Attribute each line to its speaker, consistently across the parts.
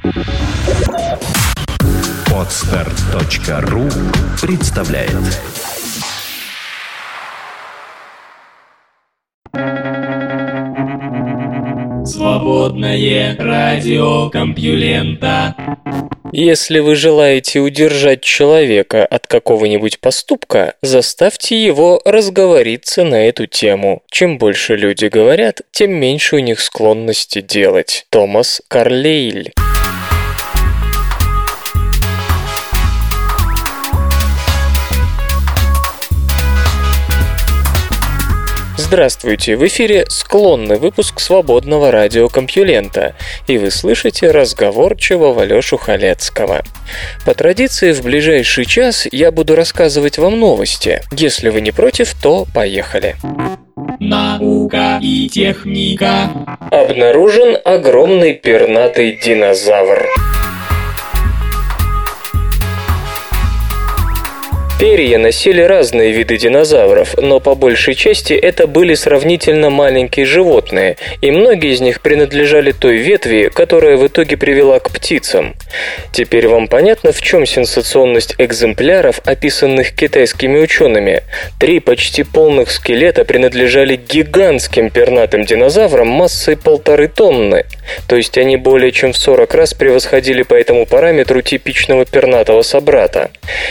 Speaker 1: Podstart.ru представляет.
Speaker 2: Свободное радио Компьюлента.
Speaker 3: Если вы желаете удержать человека от какого-нибудь поступка, заставьте его разговориться на эту тему. Чем больше люди говорят, тем меньше у них склонности делать. Томас Карлейль. Здравствуйте, в эфире склонный выпуск свободного радиокомпьюлента, и вы слышите разговорчивого Лёшу Халецкого. По традиции, в ближайший час я буду рассказывать вам новости. Если вы не против, то поехали.
Speaker 2: Наука и техника.
Speaker 3: Обнаружен огромный пернатый динозавр. Перья носили разные виды динозавров, но по большей части это были сравнительно маленькие животные, и многие из них принадлежали той ветви, которая в итоге привела к птицам. Теперь вам понятно, в чем сенсационность экземпляров, описанных китайскими учеными. 3 почти полных скелета принадлежали гигантским пернатым динозаврам массой 1,5 тонны, то есть они более чем в 40 раз превосходили по этому параметру типичного пернатого собрата.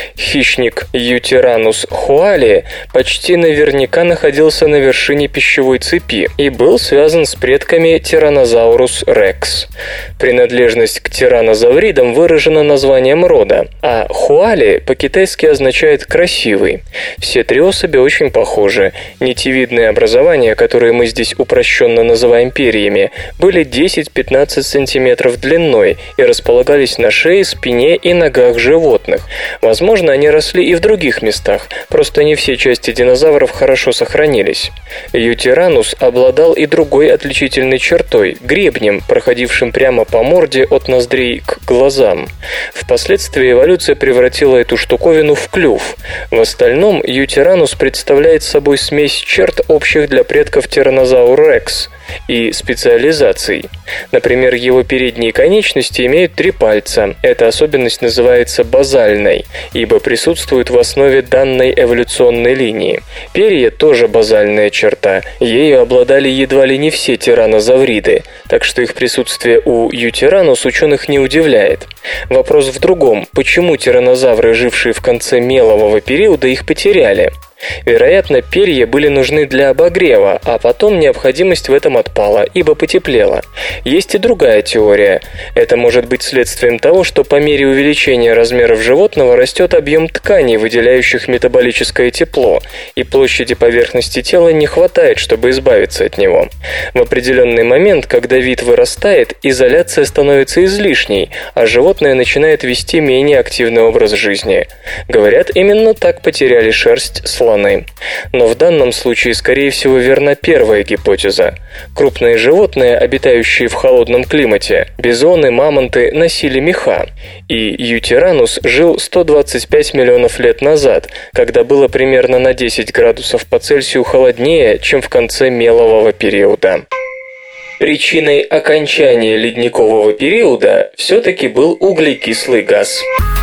Speaker 3: Хищник Ютиранус хуали почти наверняка находился на вершине пищевой цепи и был связан с предками Тираннозаурус рекс. Принадлежность к тираннозавридам выражена названием рода, а хуали по-китайски означает «красивый». Все 3 особи очень похожи. Нитевидные образования, которые мы здесь упрощенно называем перьями, были 10-15 см длиной и располагались на шее, спине и ногах животных. Возможно, они росли и в других местах, просто не все части динозавров хорошо сохранились. Ютиранус обладал и другой отличительной чертой – гребнем, проходившим прямо по морде от ноздрей к глазам. Впоследствии эволюция превратила эту штуковину в клюв. В остальном Ютиранус представляет собой смесь черт, общих для предков Тираннозаур рекс, и специализаций. Например, его передние конечности имеют 3 пальца. Эта особенность называется базальной, ибо присутствует в основе данной эволюционной линии. Перья тоже базальная черта. Ею обладали едва ли не все тираннозавриды, так что их присутствие у Ютиранус ученых не удивляет. Вопрос в другом. Почему тираннозавры, жившие в конце мелового периода, их потеряли? Вероятно, перья были нужны для обогрева, а потом необходимость в этом отпала, ибо потеплело. Есть и другая теория. Это может быть следствием того, что по мере увеличения размеров животного растет объем тканей, выделяющих метаболическое тепло, и площади поверхности тела не хватает, чтобы избавиться от него. В определенный момент, когда вид вырастает, изоляция становится излишней, а животное начинает вести менее активный образ жизни. Говорят, именно так потеряли шерсть слоны. Но в данном случае, скорее всего, верна первая гипотеза. Крупные животные, обитающие в холодном климате, бизоны, мамонты, носили меха. И Ютиранус жил 125 миллионов лет назад, когда было примерно на 10 градусов по Цельсию холоднее, чем в конце мелового периода. Причиной окончания ледникового периода все-таки был углекислый газ.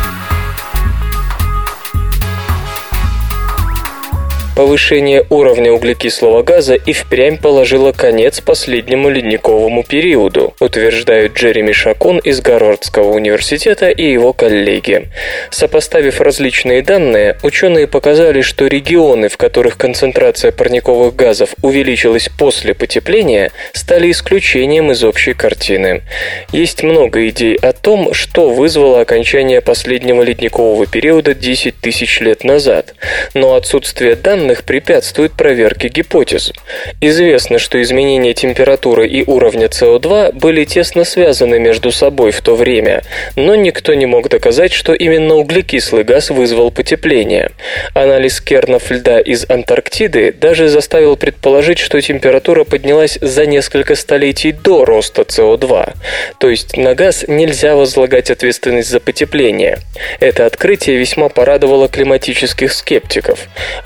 Speaker 3: Повышение уровня углекислого газа и впрямь положило конец последнему ледниковому периоду, утверждают Джереми Шакун из Гарвардского университета и его коллеги. Сопоставив различные данные, ученые показали, что регионы, в которых концентрация парниковых газов увеличилась после потепления, стали исключением из общей картины. Есть много идей о том, что вызвало окончание последнего ледникового периода 10 тысяч лет назад, но отсутствие данных препятствует проверке гипотез. Известно, что изменения температуры и уровня СО2 были тесно связаны между собой в то время, но никто не мог доказать, что именно углекислый газ вызвал потепление. Анализ кернов льда из Антарктиды даже заставил предположить, что температура поднялась за несколько столетий до роста СО2, то есть на газ нельзя возлагать ответственность за потепление. Это открытие весьма порадовало климатических скептиков. Однако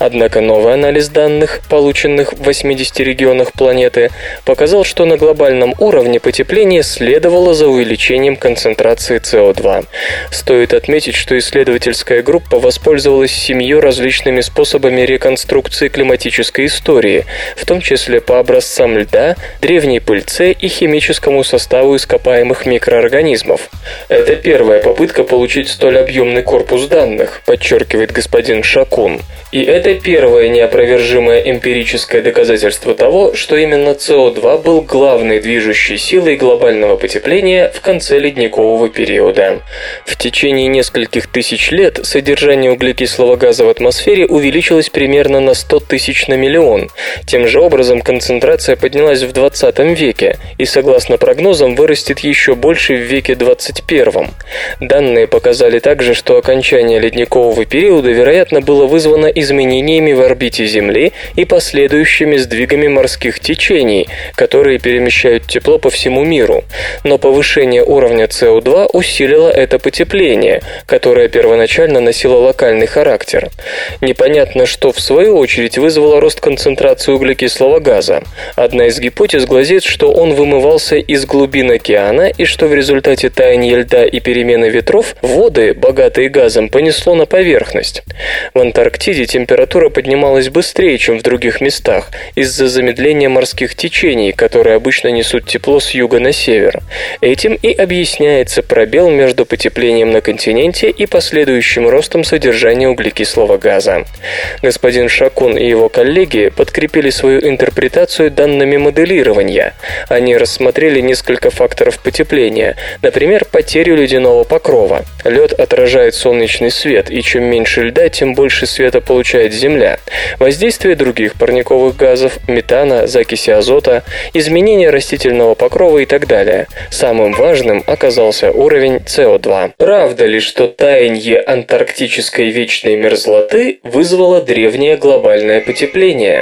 Speaker 3: новый анализ данных, полученных в 80 регионах планеты, показал, что на глобальном уровне потепление следовало за увеличением концентрации СО2. Стоит отметить, что исследовательская группа воспользовалась 7 различными способами реконструкции климатической истории, в том числе по образцам льда, древней пыльце и химическому составу ископаемых микроорганизмов. Это первая попытка получить столь объемный корпус данных, подчеркивает господин Шакун. И это первое неопровержимое эмпирическое доказательство того, что именно СО2 был главной движущей силой глобального потепления в конце ледникового периода. В течение нескольких тысяч лет содержание углекислого газа в атмосфере увеличилось примерно на 100 тысяч на миллион. Тем же образом концентрация поднялась в 20 веке и, согласно прогнозам, вырастет еще больше в веке 21. Данные показали также, что окончание ледникового периода, вероятно, было вызвано изменениями в орбите Земли и последующими сдвигами морских течений, которые перемещают тепло по всему миру. Но повышение уровня СО2 усилило это потепление, которое первоначально носило локальный характер. Непонятно, что в свою очередь вызвало рост концентрации углекислого газа. Одна из гипотез гласит, что он вымывался из глубин океана и что в результате таяния льда и перемены ветров воды, богатые газом, понесло на поверхность. В Антарктиде температура поднималась быстрее, чем в других местах, из-за замедления морских течений, которые обычно несут тепло с юга на север. Этим и объясняется пробел между потеплением на континенте и последующим ростом содержания углекислого газа. Господин Шакун и его коллеги подкрепили свою интерпретацию данными моделирования. Они рассмотрели несколько факторов потепления, например, потерю ледяного покрова. Лед отражает солнечный свет, и чем меньше льда, тем больше света получает Земля. Воздействие других парниковых газов, метана, закиси азота, изменение растительного покрова и так далее. Самым важным оказался уровень СО2. Правда ли, что таяние антарктической вечной мерзлоты вызвало древнее глобальное потепление?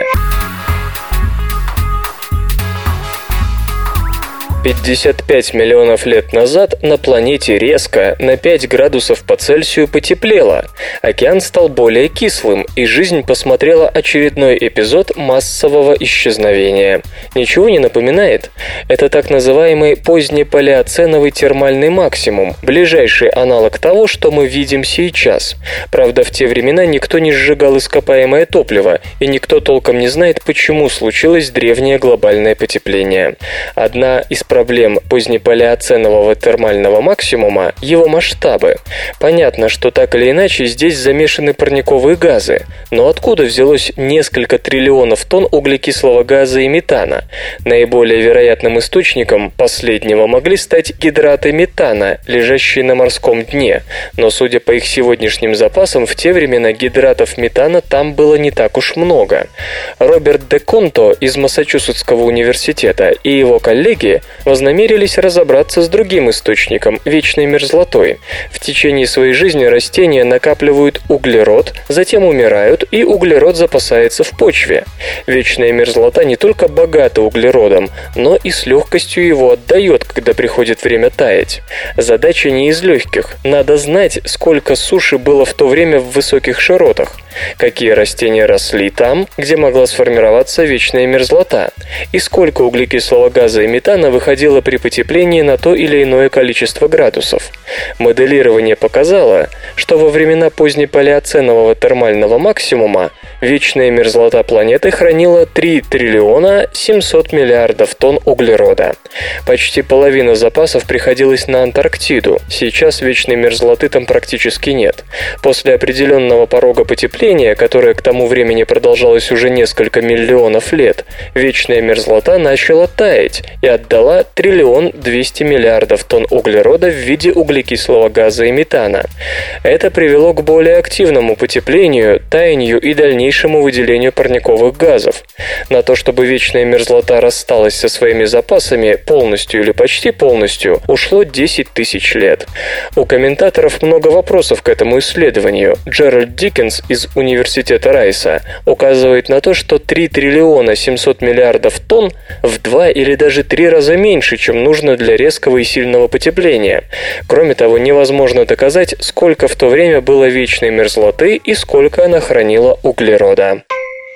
Speaker 3: 55 миллионов лет назад на планете резко на 5 градусов по Цельсию потеплело. Океан стал более кислым, и жизнь посмотрела очередной эпизод массового исчезновения. Ничего не напоминает? Это так называемый позднепалеоценовый термальный максимум, ближайший аналог того, что мы видим сейчас. Правда, в те времена никто не сжигал ископаемое топливо, и никто толком не знает, почему случилось древнее глобальное потепление. Одна из проблем позднепалеоценового термального максимума – его масштабы. Понятно, что так или иначе здесь замешаны парниковые газы, но откуда взялось несколько триллионов тонн углекислого газа и метана? Наиболее вероятным источником последнего могли стать гидраты метана, лежащие на морском дне, но судя по их сегодняшним запасам, в те времена гидратов метана там было не так уж много. Роберт де Конто из Массачусетского университета и его коллеги вознамерились разобраться с другим источником – вечной мерзлотой. В течение своей жизни растения накапливают углерод, затем умирают, и углерод запасается в почве. Вечная мерзлота не только богата углеродом, но и с легкостью его отдает, когда приходит время таять. Задача не из легких. Надо знать, сколько суши было в то время в высоких широтах, какие растения росли там, где могла сформироваться вечная мерзлота, и сколько углекислого газа и метана выходило при потеплении на то или иное количество градусов. Моделирование показало, что во времена позднепалеоценового термального максимума вечная мерзлота планеты хранила 3 триллиона 700 миллиардов тонн углерода. Почти половина запасов приходилась на Антарктиду. Сейчас вечной мерзлоты там практически нет. После определенного порога потепления, которое к тому времени продолжалось уже несколько миллионов лет, вечная мерзлота начала таять и отдала 1 200 миллиардов тонн углерода в виде углекислого газа и метана. Это привело к более активному потеплению, таянию и дальнейшему выделению парниковых газов. На то, чтобы вечная мерзлота рассталась со своими запасами полностью или почти полностью, ушло 10 тысяч лет. У комментаторов много вопросов к этому исследованию. Джеральд Диккенс из университета Райса указывает на то, что 3 триллиона 700 миллиардов тонн в 2 или даже 3 раза меньше, чем нужно для резкого и сильного потепления. Кроме того, невозможно доказать, сколько в то время было вечной мерзлоты и сколько она хранила углерода.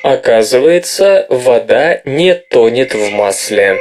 Speaker 3: Оказывается, вода не тонет в масле.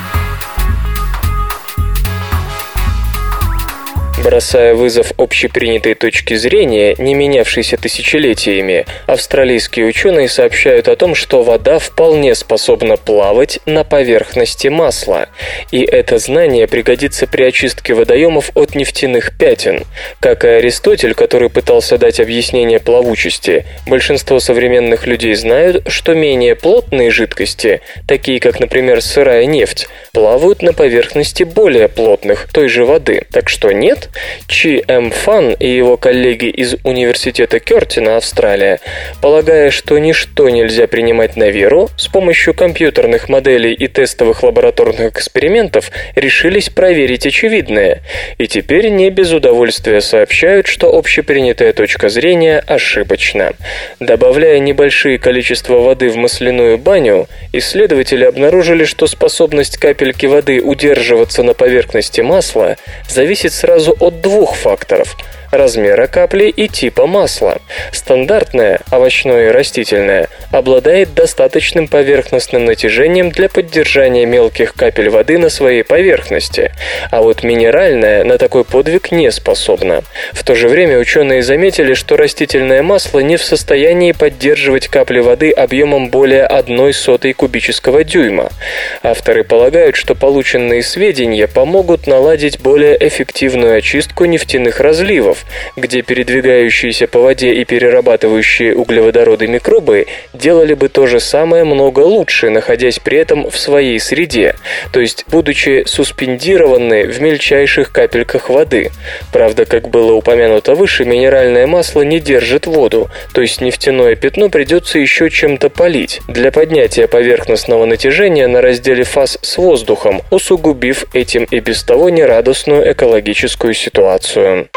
Speaker 3: Бросая вызов общепринятой точке зрения, не менявшейся тысячелетиями, австралийские ученые сообщают о том, что вода вполне способна плавать на поверхности масла. И это знание пригодится при очистке водоемов от нефтяных пятен. Как и Аристотель, который пытался дать объяснение плавучести, большинство современных людей знают, что менее плотные жидкости, такие как, например, сырая нефть, плавают на поверхности более плотных, той же воды. Так что нет? Чи М. Фан и его коллеги из университета Кёртина, Австралия, полагая, что ничто нельзя принимать на веру, с помощью компьютерных моделей и тестовых лабораторных экспериментов решились проверить очевидное. И теперь не без удовольствия сообщают, что общепринятая точка зрения ошибочна. Добавляя небольшие количества воды в масляную баню, исследователи обнаружили, что способность капельки воды удерживаться на поверхности масла зависит сразу от двух факторов – размера капли и типа масла. Стандартное, овощное и растительное, обладает достаточным поверхностным натяжением для поддержания мелких капель воды на своей поверхности, а вот минеральное на такой подвиг не способно. В то же время ученые заметили, что растительное масло не в состоянии поддерживать капли воды объемом более 0,01 кубического дюйма. Авторы полагают, что полученные сведения помогут наладить более эффективную очистку нефтяных разливов, где передвигающиеся по воде и перерабатывающие углеводороды микробы делали бы то же самое много лучше, находясь при этом в своей среде, то есть будучи суспендированы в мельчайших капельках воды. Правда, как было упомянуто выше, минеральное масло не держит воду, то есть нефтяное пятно придется еще чем-то полить для поднятия поверхностного натяжения на разделе фаз с воздухом, усугубив этим и без того нерадостную экологическую ситуацию.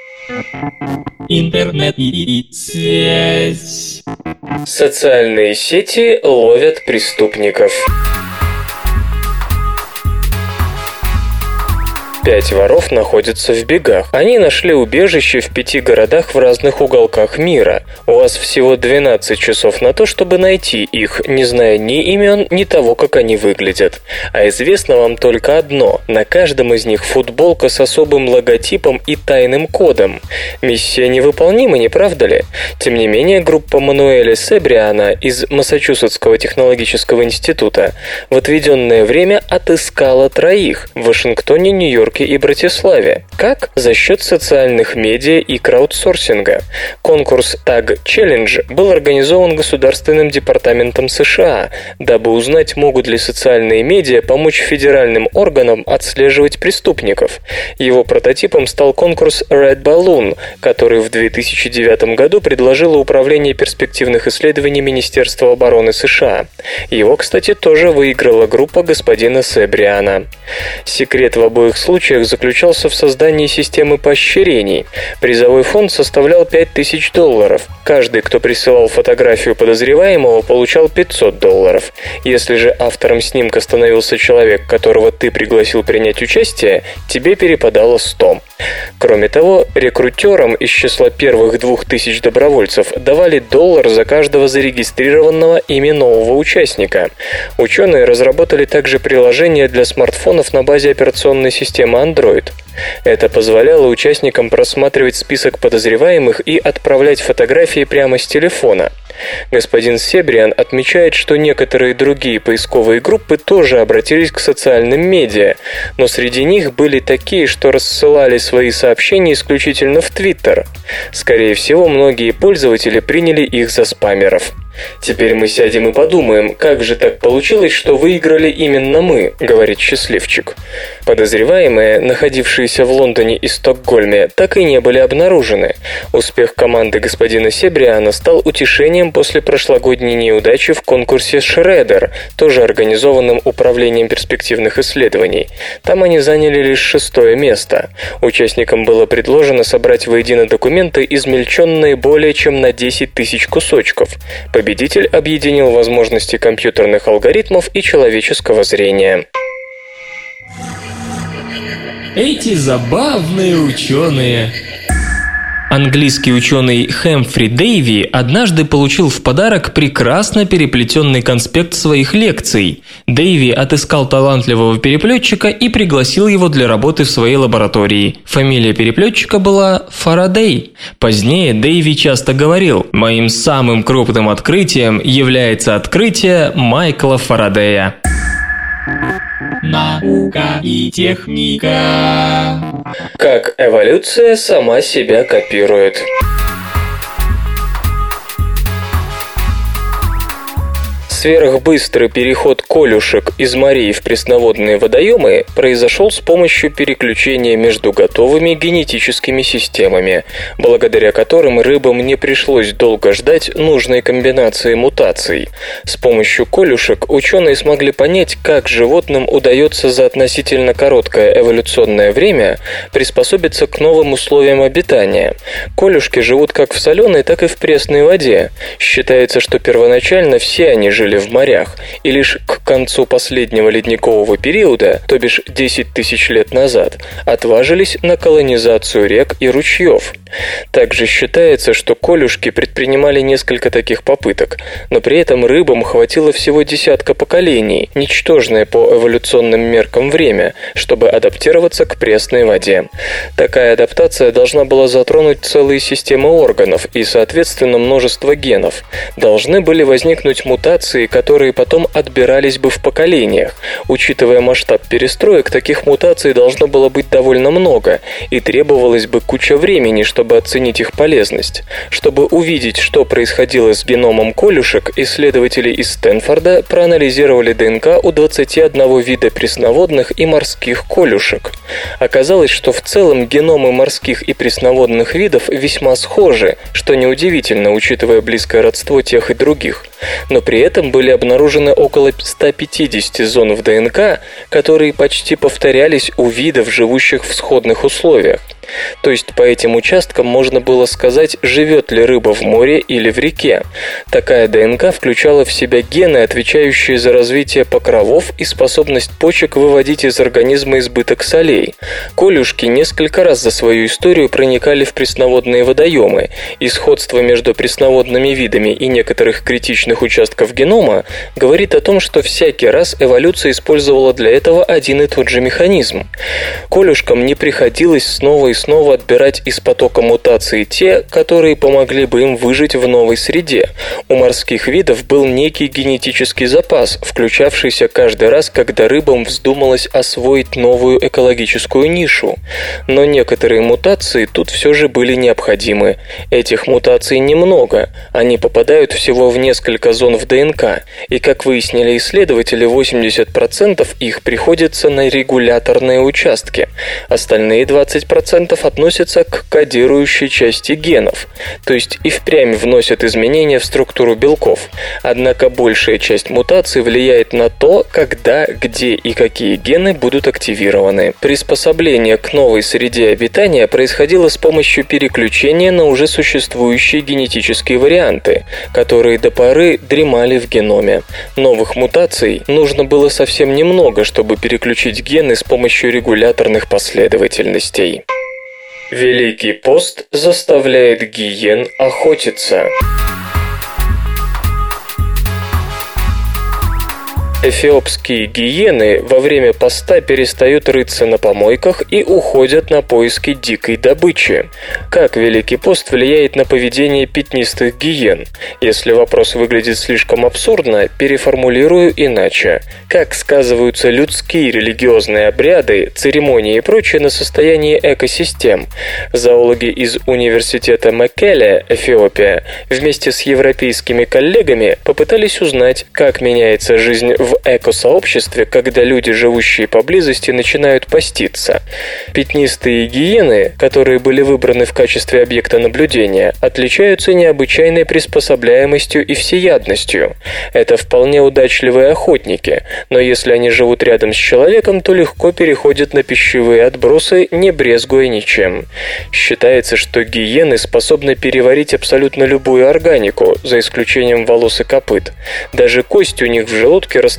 Speaker 2: Интернет и связь.
Speaker 3: Социальные сети ловят преступников. 5 воров находятся в бегах. Они нашли убежище в 5 городах в разных уголках мира. У вас всего 12 часов на то, чтобы найти их, не зная ни имен, ни того, как они выглядят. А известно вам только одно. На каждом из них футболка с особым логотипом и тайным кодом. Миссия невыполнима, не правда ли? Тем не менее, группа Мануэля Себриана из Массачусетского технологического института в отведенное время отыскала 3 в Вашингтоне, Нью-Йорке и Братиславе. Как? За счет социальных медиа и краудсорсинга. Конкурс Tag Challenge был организован Государственным департаментом США, дабы узнать, могут ли социальные медиа помочь федеральным органам отслеживать преступников. Его прототипом стал конкурс Red Balloon, который в 2009 году предложило Управление перспективных исследований Министерства обороны США. Его, кстати, тоже выиграла группа господина Себриана. Секрет в обоих случаях заключался в создании системы поощрений. Призовой фонд составлял $5000. Каждый, кто присылал фотографию подозреваемого, получал $500. Если же автором снимка становился человек, которого ты пригласил принять участие, тебе перепадало 100. Кроме того, рекрутерам из числа первых 2000 добровольцев давали $1 за каждого зарегистрированного ими нового участника. Ученые разработали также приложение для смартфонов на базе операционной системы Android. Это позволяло участникам просматривать список подозреваемых и отправлять фотографии прямо с телефона. Господин Себриан отмечает, что некоторые другие поисковые группы тоже обратились к социальным медиа, но среди них были такие, что рассылали свои сообщения исключительно в Twitter. Скорее всего, многие пользователи приняли их за спамеров. «Теперь мы сядем и подумаем, как же так получилось, что выиграли именно мы», — говорит счастливчик. Подозреваемые, находившиеся в Лондоне и Стокгольме, так и не были обнаружены. Успех команды господина Себриана стал утешением после прошлогодней неудачи в конкурсе «Шредер», тоже организованном Управлением перспективных исследований. Там они заняли лишь 6-е место. Участникам было предложено собрать воедино документы, измельченные более чем на 10 000 кусочков. Победитель объединил возможности компьютерных алгоритмов и человеческого зрения.
Speaker 2: Эти забавные ученые.
Speaker 1: О
Speaker 3: Английский ученый Хэмфри Дэйви однажды получил в подарок прекрасно переплетенный конспект своих лекций. Дэйви отыскал талантливого переплетчика и пригласил его для работы в своей лаборатории. Фамилия переплетчика была Фарадей. Позднее Дэйви часто говорил: «Моим самым крупным открытием является открытие Майкла Фарадея».
Speaker 2: Наука и техника.
Speaker 3: Как эволюция сама себя копирует. Сверхбыстрый переход колюшек из морей в пресноводные водоемы произошел с помощью переключения между готовыми генетическими системами, благодаря которым рыбам не пришлось долго ждать нужной комбинации мутаций. С помощью колюшек ученые смогли понять, как животным удается за относительно короткое эволюционное время приспособиться к новым условиям обитания. Колюшки живут как в соленой, так и в пресной воде. Считается, что первоначально все они жили в морях, и лишь к концу последнего ледникового периода, то бишь 10 тысяч лет назад, отважились на колонизацию рек и ручьев. Также считается, что колюшки предпринимали несколько таких попыток, но при этом рыбам хватило всего десятка поколений, ничтожное по эволюционным меркам время, чтобы адаптироваться к пресной воде. Такая адаптация должна была затронуть целые системы органов и, соответственно, множество генов. Должны были возникнуть мутации, которые потом отбирались бы в поколениях. Учитывая масштаб перестроек, таких мутаций должно было быть довольно много, и требовалось бы куча времени, чтобы оценить их полезность. Чтобы увидеть, что происходило с геномом колюшек, исследователи из Стэнфорда проанализировали ДНК у 21 вида пресноводных и морских колюшек. Оказалось, что в целом геномы морских и пресноводных видов весьма схожи, что неудивительно, учитывая близкое родство тех и других. Но при этом были обнаружены около 150 зон в ДНК, которые почти повторялись у видов, живущих в сходных условиях. То есть по этим участкам можно было сказать, живет ли рыба в море или в реке. Такая ДНК включала в себя гены, отвечающие за развитие покровов и способность почек выводить из организма избыток солей. Колюшки несколько раз за свою историю проникали в пресноводные водоемы, и сходство между пресноводными видами и некоторых критичных участков генома говорит о том, что всякий раз эволюция использовала для этого один и тот же механизм. Колюшкам не приходилось снова и снова отбирать из потока мутаций те, которые помогли бы им выжить в новой среде. У морских видов был некий генетический запас, включавшийся каждый раз, когда рыбам вздумалось освоить новую экологическую нишу. Но некоторые мутации тут все же были необходимы. Этих мутаций немного, они попадают всего в несколько зон в ДНК, и, как выяснили исследователи, 80% их приходится на регуляторные участки. Остальные 20% относятся к кодирующей части генов, то есть и впрямь вносят изменения в структуру белков. Однако большая часть мутаций влияет на то, когда, где и какие гены будут активированы. Приспособление к новой среде обитания происходило с помощью переключения на уже существующие генетические варианты, которые до поры дремали в геноме. Новых мутаций нужно было совсем немного, чтобы переключить гены с помощью регуляторных последовательностей. Великий пост заставляет гиен охотиться. Эфиопские гиены во время поста перестают рыться на помойках и уходят на поиски дикой добычи. Как Великий пост влияет на поведение пятнистых гиен? Если вопрос выглядит слишком абсурдно, переформулирую иначе. Как сказываются людские религиозные обряды, церемонии и прочее на состоянии экосистем? Зоологи из университета Мекеле, Эфиопия, вместе с европейскими коллегами попытались узнать, как меняется жизнь в экосообществе, когда люди, живущие поблизости, начинают поститься. Пятнистые гиены, которые были выбраны в качестве объекта наблюдения, отличаются необычайной приспособляемостью и всеядностью. Это вполне удачливые охотники, но если они живут рядом с человеком, то легко переходят на пищевые отбросы, не брезгуя ничем. Считается, что гиены способны переварить абсолютно любую органику, за исключением волос и копыт. Даже кость у них в желудке растворяется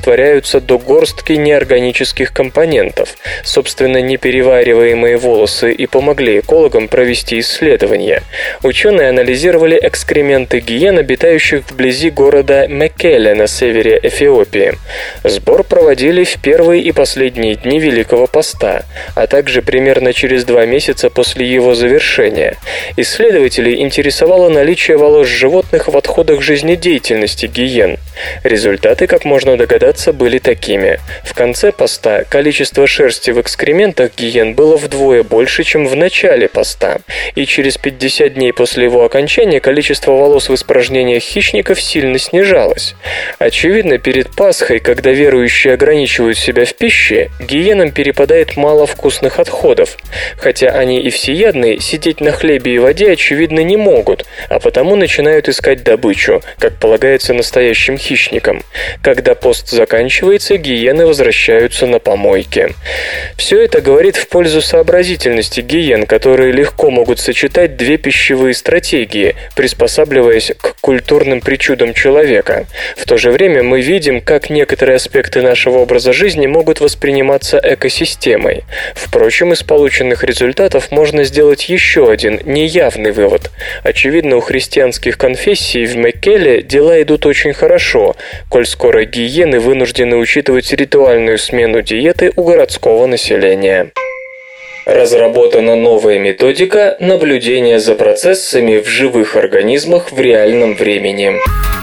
Speaker 3: растворяются до горстки неорганических компонентов. Собственно, неперевариваемые волосы и помогли экологам провести исследования. Ученые анализировали экскременты гиен, обитающих вблизи города Мекеле на севере Эфиопии. Сбор проводили в первые и последние дни Великого Поста, а также примерно через 2 месяца после его завершения. Исследователей интересовало наличие волос животных в отходах жизнедеятельности гиен. Результаты, как можно догадаться, были такими. В конце поста количество шерсти в экскрементах гиен было вдвое больше, чем в начале поста, и через 50 дней после его окончания количество волос в испражнениях хищников сильно снижалось. Очевидно, перед Пасхой, когда верующие ограничивают себя в пище, гиенам перепадает мало вкусных отходов. Хотя они и всеядные, сидеть на хлебе и воде, очевидно, не могут, а потому начинают искать добычу, как полагается настоящим хищникам. Когда пост заканчивается, гиены возвращаются на помойки. Все это говорит в пользу сообразительности гиен, которые легко могут сочетать 2 пищевые стратегии, приспосабливаясь к культурным причудам человека. В то же время мы видим, как некоторые аспекты нашего образа жизни могут восприниматься экосистемой. Впрочем, из полученных результатов можно сделать еще один неявный вывод. Очевидно, у христианских конфессий в Мекеле дела идут очень хорошо, коль скоро гиены вынуждены учитывать ритуальную смену диеты у городского населения. Разработана новая методика наблюдения за процессами в живых организмах в реальном времени.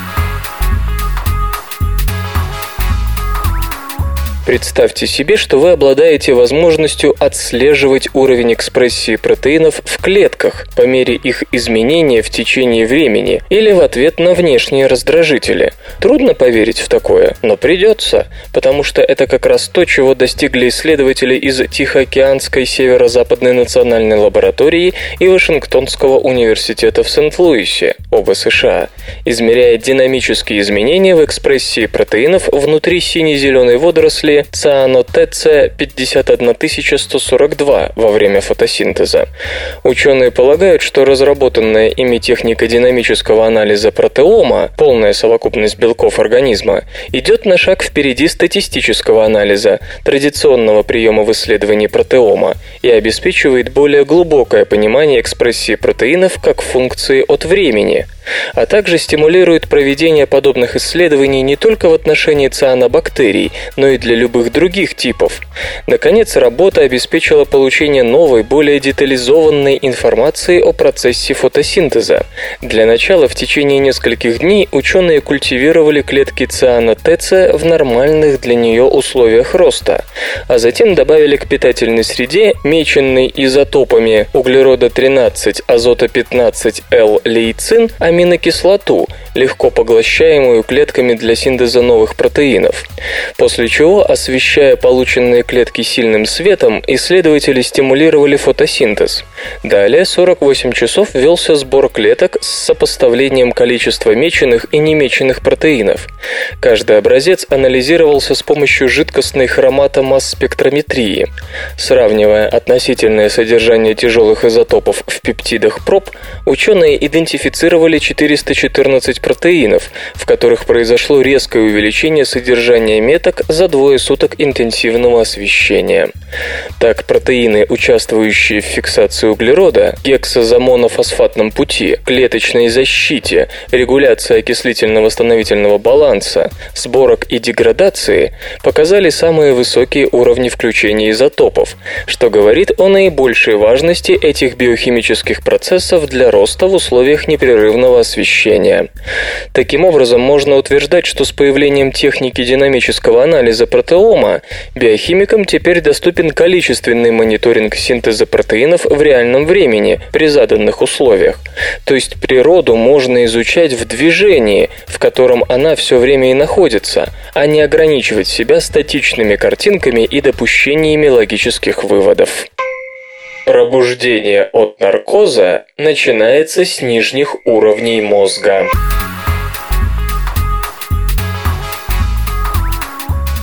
Speaker 3: Представьте себе, что вы обладаете возможностью отслеживать уровень экспрессии протеинов в клетках по мере их изменения в течение времени или в ответ на внешние раздражители. Трудно поверить в такое, но придется, потому что это как раз то, чего достигли исследователи из Тихоокеанской северо-западной национальной лаборатории и Вашингтонского университета в Сент-Луисе, оба США, измеряя динамические изменения в экспрессии протеинов внутри сине-зеленой водоросли цианотеция 51142 во время фотосинтеза. Ученые полагают, что разработанная ими техника динамического анализа протеома, полная совокупность белков организма, идет на шаг впереди статистического анализа, традиционного приема в исследовании протеома, и обеспечивает более глубокое понимание экспрессии протеинов как функции от времени, а также стимулирует проведение подобных исследований не только в отношении цианобактерий, но и для любых других типов. Наконец, работа обеспечила получение новой, более детализованной информации о процессе фотосинтеза. Для начала в течение нескольких дней ученые культивировали клетки цианотеция в нормальных для нее условиях роста, а затем добавили к питательной среде меченный изотопами углерода-13, азота-15, L-лейцин, аминокислоту, легко поглощаемую клетками для синтеза новых протеинов. После чего, освещая полученные клетки сильным светом, исследователи стимулировали фотосинтез. Далее 48 часов велся сбор клеток с сопоставлением количества меченых и немеченых протеинов. Каждый образец анализировался с помощью жидкостной хроматомасс-спектрометрии. Сравнивая относительное содержание тяжелых изотопов в пептидах проб, ученые идентифицировали 414 протеинов, в которых произошло резкое увеличение содержания меток за 2 суток интенсивного освещения. Так, протеины, участвующие в фиксации углерода, гексозамонофосфатном пути, клеточной защите, регуляции окислительно-восстановительного баланса, сборок и деградации, показали самые высокие уровни включения изотопов, что говорит о наибольшей важности этих биохимических процессов для роста в условиях непрерывного освещения. Таким образом, можно утверждать, что с появлением техники динамического анализа протеома биохимикам теперь доступен количественный мониторинг синтеза протеинов в реальном времени при заданных условиях. То есть природу можно изучать в движении, в котором она все время и находится, а не ограничивать себя статичными картинками и допущениями логических выводов. Пробуждение от наркоза начинается с нижних уровней мозга.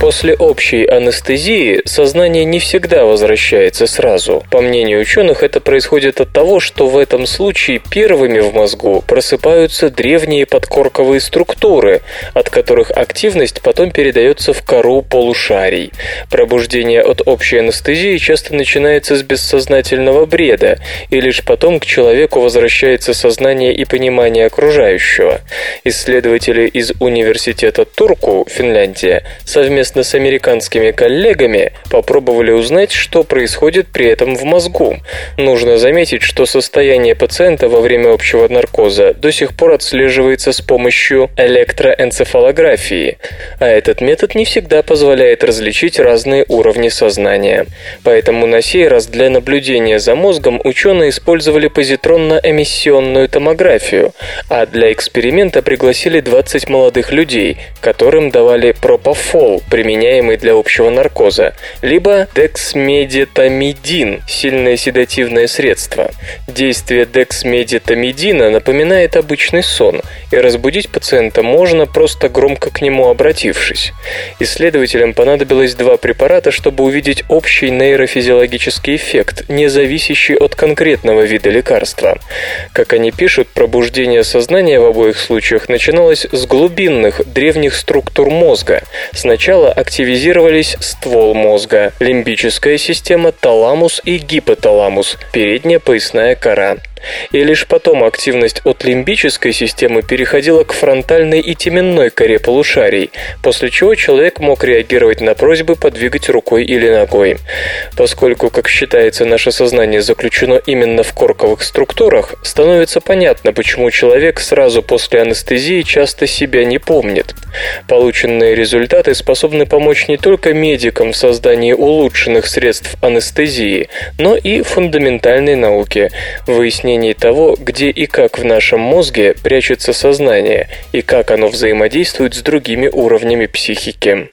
Speaker 3: После общей анестезии сознание не всегда возвращается сразу. По мнению ученых, это происходит от того, что в этом случае первыми в мозгу просыпаются древние подкорковые структуры, от которых активность потом передается в кору полушарий. Пробуждение от общей анестезии часто начинается с бессознательного бреда, и лишь потом к человеку возвращается сознание и понимание окружающего. Исследователи из университета Турку, Финляндия, совместно с американскими коллегами попробовали узнать, что происходит при этом в мозгу. Нужно заметить, что состояние пациента во время общего наркоза до сих пор отслеживается с помощью электроэнцефалографии, а этот метод не всегда позволяет различить разные уровни сознания. Поэтому на сей раз для наблюдения за мозгом ученые использовали позитронно-эмиссионную томографию, а для эксперимента пригласили 20 молодых людей, которым давали пропофол, применяемый для общего наркоза, либо дексмедитамидин, сильное седативное средство. Действие дексмедитамидина напоминает обычный сон, и разбудить пациента можно, просто громко к нему обратившись. Исследователям понадобилось 2 препарата, чтобы увидеть общий нейрофизиологический эффект, не зависящий от конкретного вида лекарства. Как они пишут, пробуждение сознания в обоих случаях начиналось с глубинных, древних структур мозга. Сначала активизировались ствол мозга, лимбическая система, таламус и гипоталамус, передняя поясная кора. И лишь потом активность от лимбической системы переходила к фронтальной и теменной коре полушарий, после чего человек мог реагировать на просьбы подвигать рукой или ногой. Поскольку, как считается, наше сознание заключено именно в корковых структурах, становится понятно, почему человек сразу после анестезии часто себя не помнит. Полученные результаты способны помочь не только медикам в создании улучшенных средств анестезии, но и фундаментальной науке, выяснении того, где и как в нашем мозге прячется сознание и как оно взаимодействует с другими уровнями психики.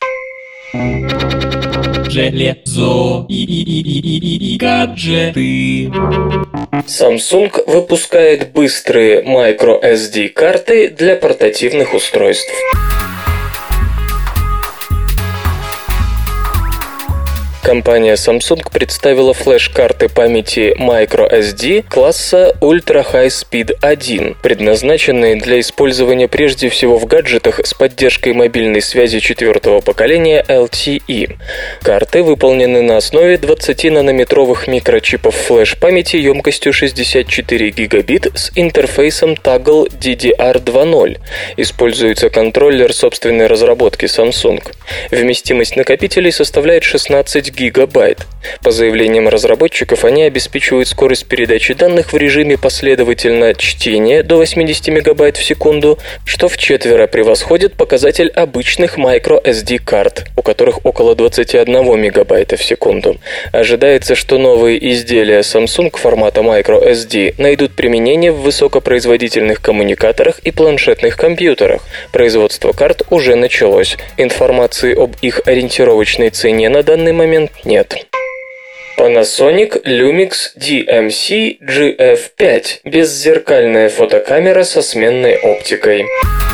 Speaker 2: Железо и гаджеты.
Speaker 3: Samsung выпускает быстрые microSD-карты для портативных устройств. Компания Samsung представила флеш-карты памяти microSD класса Ultra High Speed 1, предназначенные для использования прежде всего в гаджетах с поддержкой мобильной связи 4-го поколения LTE. Карты выполнены на основе 20-нанометровых микрочипов флеш-памяти емкостью 64 гигабит с интерфейсом Toggle DDR 2.0. Используется контроллер собственной разработки Samsung. Вместимость накопителей составляет 16 гигабайт. По заявлениям разработчиков, они обеспечивают скорость передачи данных в режиме последовательно чтения до 80 мегабайт в секунду, что вчетверо превосходит показатель обычных microSD-карт, у которых около 21 мегабайта в секунду. Ожидается, что новые изделия Samsung формата microSD найдут применение в высокопроизводительных коммуникаторах и планшетных компьютерах. Производство карт уже началось. Информации об их ориентировочной цене на данный момент нет. Panasonic Lumix DMC GF5 – беззеркальная фотокамера со сменной оптикой.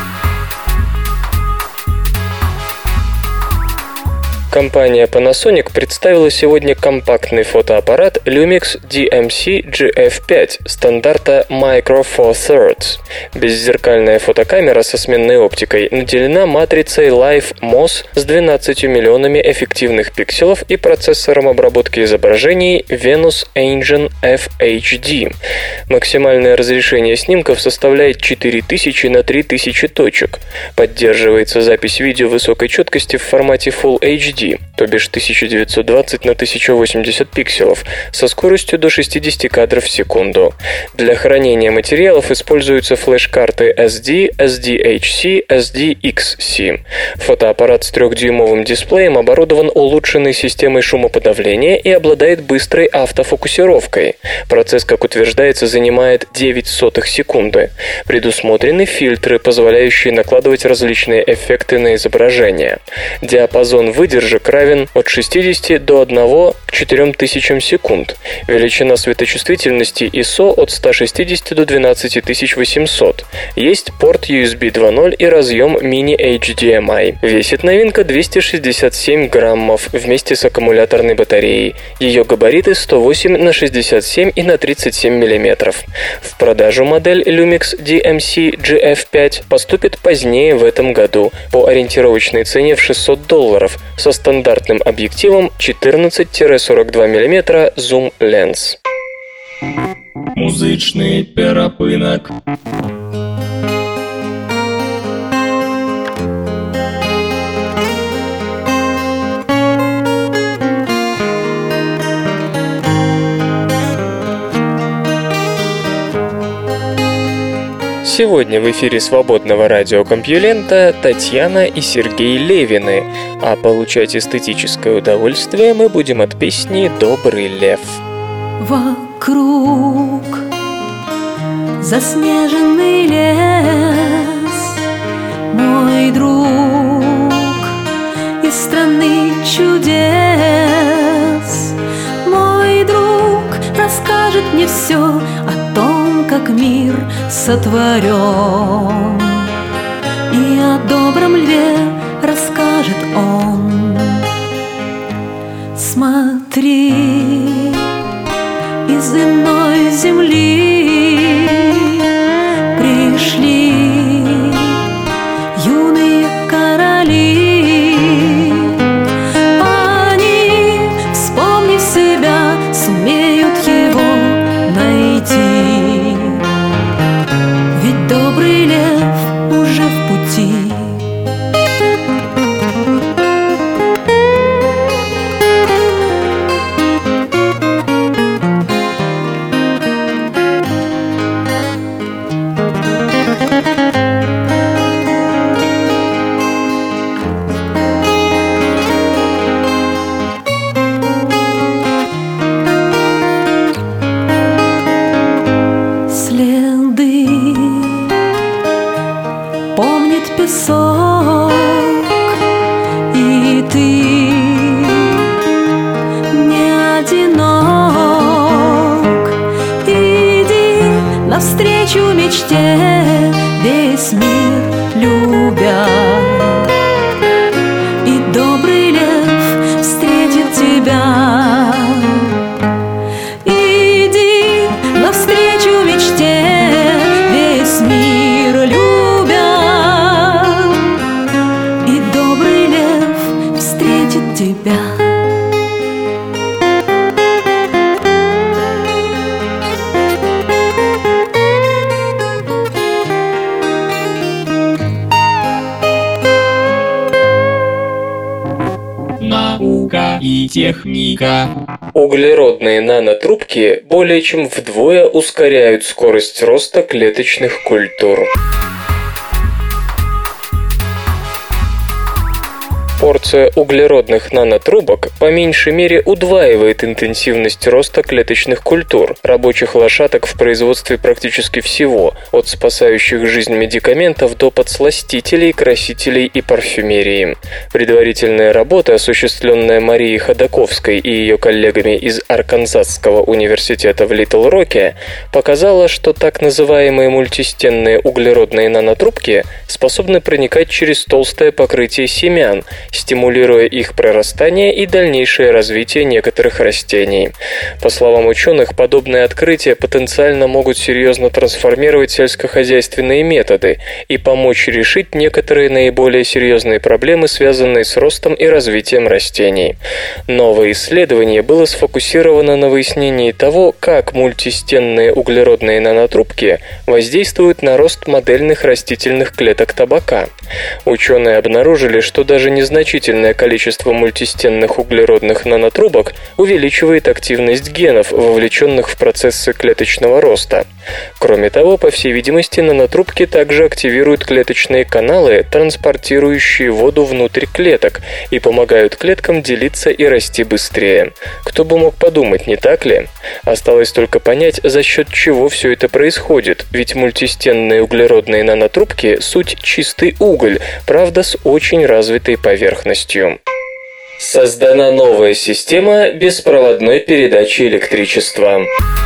Speaker 3: Компания Panasonic представила сегодня компактный фотоаппарат Lumix DMC GF5 стандарта Micro Four Thirds. Беззеркальная фотокамера со сменной оптикой наделена матрицей Live MOS с 12 миллионами эффективных пикселов и процессором обработки изображений Venus Engine FHD. Максимальное разрешение снимков составляет 4000 на 3000 точек. Поддерживается запись видео высокой четкости в формате Full HD, то бишь 1920 на 1080 пикселов, со скоростью до 60 кадров в секунду. Для хранения материалов используются флеш-карты SD, SDHC, SDXC. Фотоаппарат с 3-дюймовым дисплеем оборудован улучшенной системой шумоподавления и обладает быстрой автофокусировкой. Процесс, как утверждается, занимает 0,09 секунды. Предусмотрены фильтры, позволяющие накладывать различные эффекты на изображение. Диапазон выдержки выдержек равен от 60 до 1 к 4000 секунд. Величина светочувствительности ISO от 160 до 12800. Есть порт USB 2.0 и разъем mini-HDMI. Весит новинка 267 граммов вместе с аккумуляторной батареей. Ее габариты 108 на 67 и на 37 мм. В продажу модель Lumix DMC GF5 поступит позднее в этом году по ориентировочной цене в $600 со стандартным объективом 14-42 мм Zoom Lens.
Speaker 2: Музичний перепинок.
Speaker 3: Сегодня в эфире свободного радиокомпьюлента Татьяна и Сергей Левины, а получать эстетическое удовольствие мы будем от песни «Добрый лев».
Speaker 4: Вокруг заснеженный лес, мой друг из страны чудес. Мой друг расскажет мне все о том, как мир сотворен, и о добром льве расскажет он. Смотри, из иной земли пришли юные короли. Они, вспомнив себя, сумеют его найти, ведь добрый лев уже в пути. Песок, и ты не одинок. Иди навстречу мечте, весь мир любя, и добрый лев встретит тебя. Иди навстречу мечте, весь мир любя, тебя.
Speaker 2: Наука и техника.
Speaker 3: Углеродные нанотрубки более чем вдвое ускоряют скорость роста клеточных культур. Порция углеродных нанотрубок по меньшей мере удваивает интенсивность роста клеточных культур, рабочих лошадок в производстве практически всего, от спасающих жизнь медикаментов до подсластителей, красителей и парфюмерии. Предварительная работа, осуществленная Марией Ходаковской и ее коллегами из Арканзасского университета в Литл-Роке, показала, что так называемые мультистенные углеродные нанотрубки способны проникать через толстое покрытие семян, стимулируя их прорастание и дальнейшее развитие некоторых растений. По словам ученых, подобные открытия потенциально могут серьезно трансформировать сельскохозяйственные методы и помочь решить некоторые наиболее серьезные проблемы, связанные с ростом и развитием растений. Новое исследование было сфокусировано на выяснении того, как мультистенные углеродные нанотрубки воздействуют на рост модельных растительных клеток табака. Ученые обнаружили, что даже незначительное количество мультистенных углеродных нанотрубок увеличивает активность генов, вовлеченных в процессы клеточного роста. Кроме того, по всей видимости, нанотрубки также активируют клеточные каналы, транспортирующие воду внутрь клеток, и помогают клеткам делиться и расти быстрее. Кто бы мог подумать, не так ли? Осталось только понять, за счет чего все это происходит, ведь мультистенные углеродные нанотрубки – суть чистый уголь, правда, с очень развитой поверхностью. Создана новая система беспроводной передачи электричества.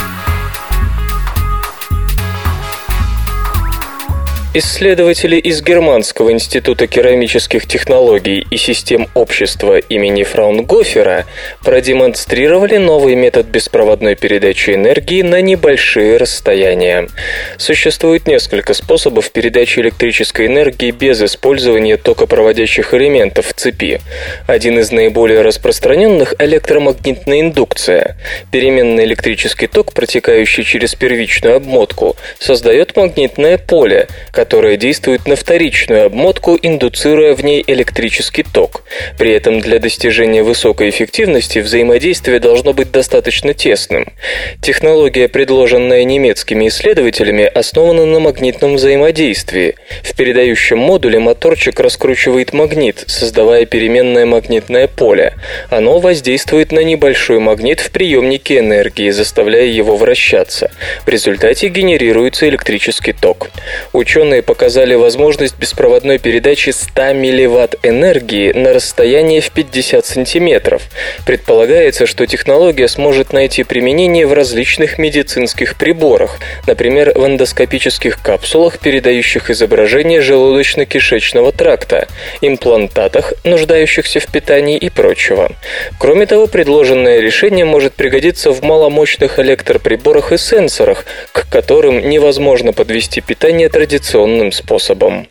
Speaker 3: Исследователи из Германского института керамических технологий и систем общества имени Фраунгофера продемонстрировали новый метод беспроводной передачи энергии на небольшие расстояния. Существует несколько способов передачи электрической энергии без использования токопроводящих элементов в цепи. Один из наиболее распространенных – электромагнитная индукция. Переменный электрический ток, протекающий через первичную обмотку, создает магнитное поле, которая действует на вторичную обмотку, индуцируя в ней электрический ток. При этом для достижения высокой эффективности взаимодействие должно быть достаточно тесным. Технология, предложенная немецкими исследователями, основана на магнитном взаимодействии. В передающем модуле моторчик раскручивает магнит, создавая переменное магнитное поле. Оно воздействует на небольшой магнит в приемнике энергии, заставляя его вращаться. В результате генерируется электрический ток. Ученые показали возможность беспроводной передачи 100 милливатт энергии на расстояние в 50 сантиметров. Предполагается, что технология сможет найти применение в различных медицинских приборах, например, в эндоскопических капсулах, передающих изображение желудочно-кишечного тракта, имплантатах, нуждающихся в питании и прочего. Кроме того, предложенное решение может пригодиться в маломощных электроприборах и сенсорах, к которым невозможно подвести питание традиционным способом.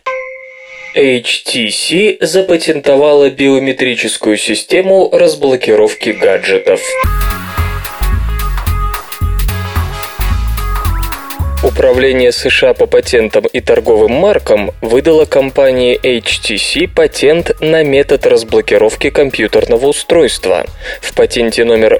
Speaker 3: HTC запатентовала биометрическую систему разблокировки гаджетов. Управление США по патентам и торговым маркам выдало компании HTC патент на метод разблокировки компьютерного устройства. В патенте номер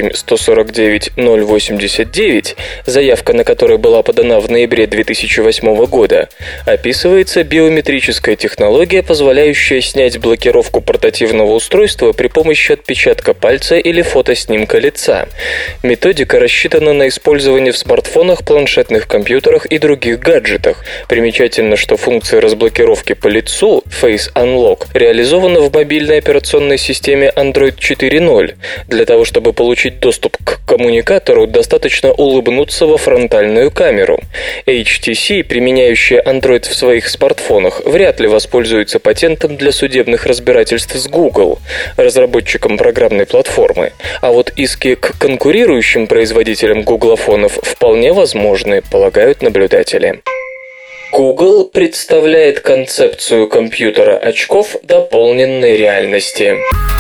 Speaker 3: 8149089, заявка на который была подана в ноябре 2008 года, описывается биометрическая технология, позволяющая снять блокировку портативного устройства при помощи отпечатка пальца или фотоснимка лица. Методика рассчитана на использование в смартфонах, планшетных компьютерах и других гаджетах. Примечательно, что функция разблокировки по лицу Face Unlock реализована в мобильной операционной системе Android 4.0. Для того, чтобы получить доступ к коммуникатору, достаточно улыбнуться во фронтальную камеру. HTC, применяющая Android в своих смартфонах, вряд ли воспользуется патентом для судебных разбирательств с Google, разработчиком программной платформы. А вот иски к конкурирующим производителям гуглофонов вполне возможны, полагают наблюдатели. Google представляет концепцию компьютера-очков дополненной реальности.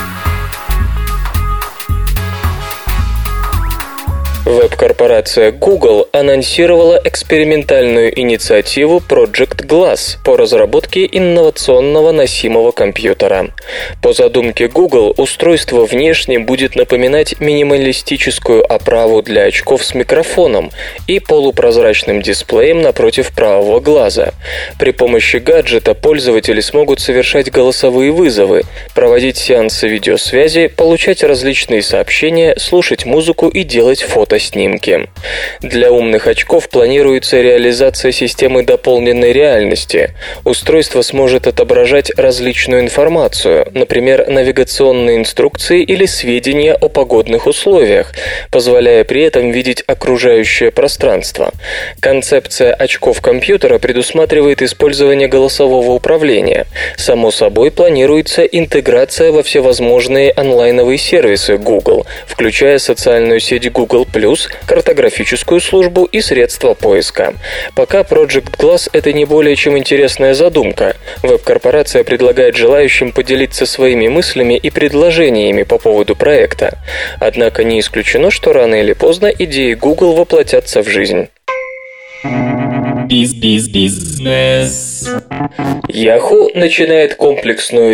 Speaker 3: Веб-корпорация Google анонсировала экспериментальную инициативу Project Glass по разработке инновационного носимого компьютера. По задумке Google, устройство внешне будет напоминать минималистическую оправу для очков с микрофоном и полупрозрачным дисплеем напротив правого глаза. При помощи гаджета пользователи смогут совершать голосовые вызовы, проводить сеансы видеосвязи, получать различные сообщения, слушать музыку и делать фотоснимки. Для умных очков планируется реализация системы дополненной реальности. Устройство сможет отображать различную информацию, например, навигационные инструкции или сведения о погодных условиях, позволяя при этом видеть окружающее пространство. Концепция очков компьютера предусматривает использование голосового управления. Само собой, планируется интеграция во всевозможные онлайновые сервисы Google, включая социальную сеть Google+, картографическую службу и средства поиска. Пока Project Glass — это не более чем интересная задумка. Веб-корпорация предлагает желающим поделиться своими мыслями и предложениями по поводу проекта. Однако не исключено, что рано или поздно идеи Google воплотятся в жизнь.
Speaker 2: Бизнес.
Speaker 3: Yahoo начинает комплексную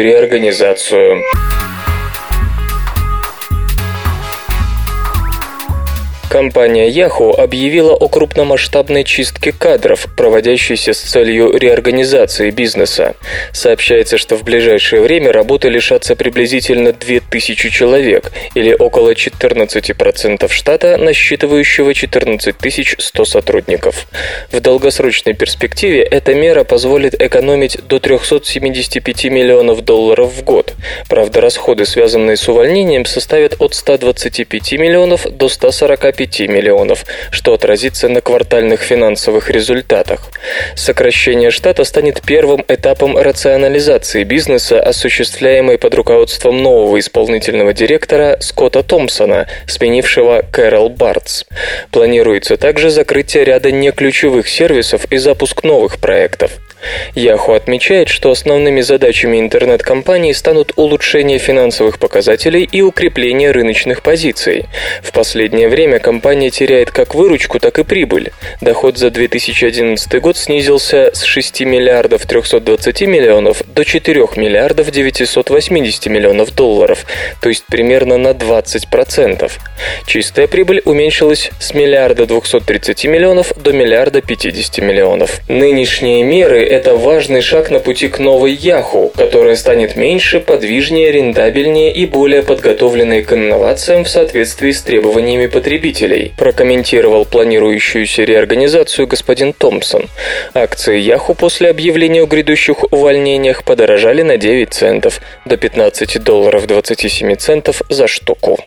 Speaker 3: реорганизацию. Компания Yahoo объявила о крупномасштабной чистке кадров, проводящейся с целью реорганизации бизнеса. Сообщается, что в ближайшее время работы лишатся приблизительно 2000 человек, или около 14% штата, насчитывающего 14 100 сотрудников. В долгосрочной перспективе эта мера позволит экономить до $375 миллионов в год. Правда, расходы, связанные с увольнением, составят от 125 миллионов до 145 миллионов, что отразится на квартальных финансовых результатах. Сокращение штата станет первым этапом рационализации бизнеса, осуществляемой под руководством нового исполнительного директора Скотта Томпсона, сменившего Кэрол Бартс. Планируется также закрытие ряда неключевых сервисов и запуск новых проектов. Yahoo отмечает, что основными задачами интернет-компании станут улучшение финансовых показателей и укрепление рыночных позиций. В последнее время компания теряет как выручку, так и прибыль. Доход за 2011 год снизился с 6 миллиардов 320 миллионов до 4 миллиардов 980 миллионов долларов, то есть примерно на 20%. Чистая прибыль уменьшилась с миллиарда 230 миллионов до миллиарда 50 миллионов. Нынешние меры – это важный шаг на пути к новой Yahoo, которая станет меньше, подвижнее, рентабельнее и более подготовленной к инновациям в соответствии с требованиями потребителей, прокомментировал планирующуюся реорганизацию господин Томпсон. Акции Yahoo после объявления о грядущих увольнениях подорожали на 9 центов, до $15.27 за штуку.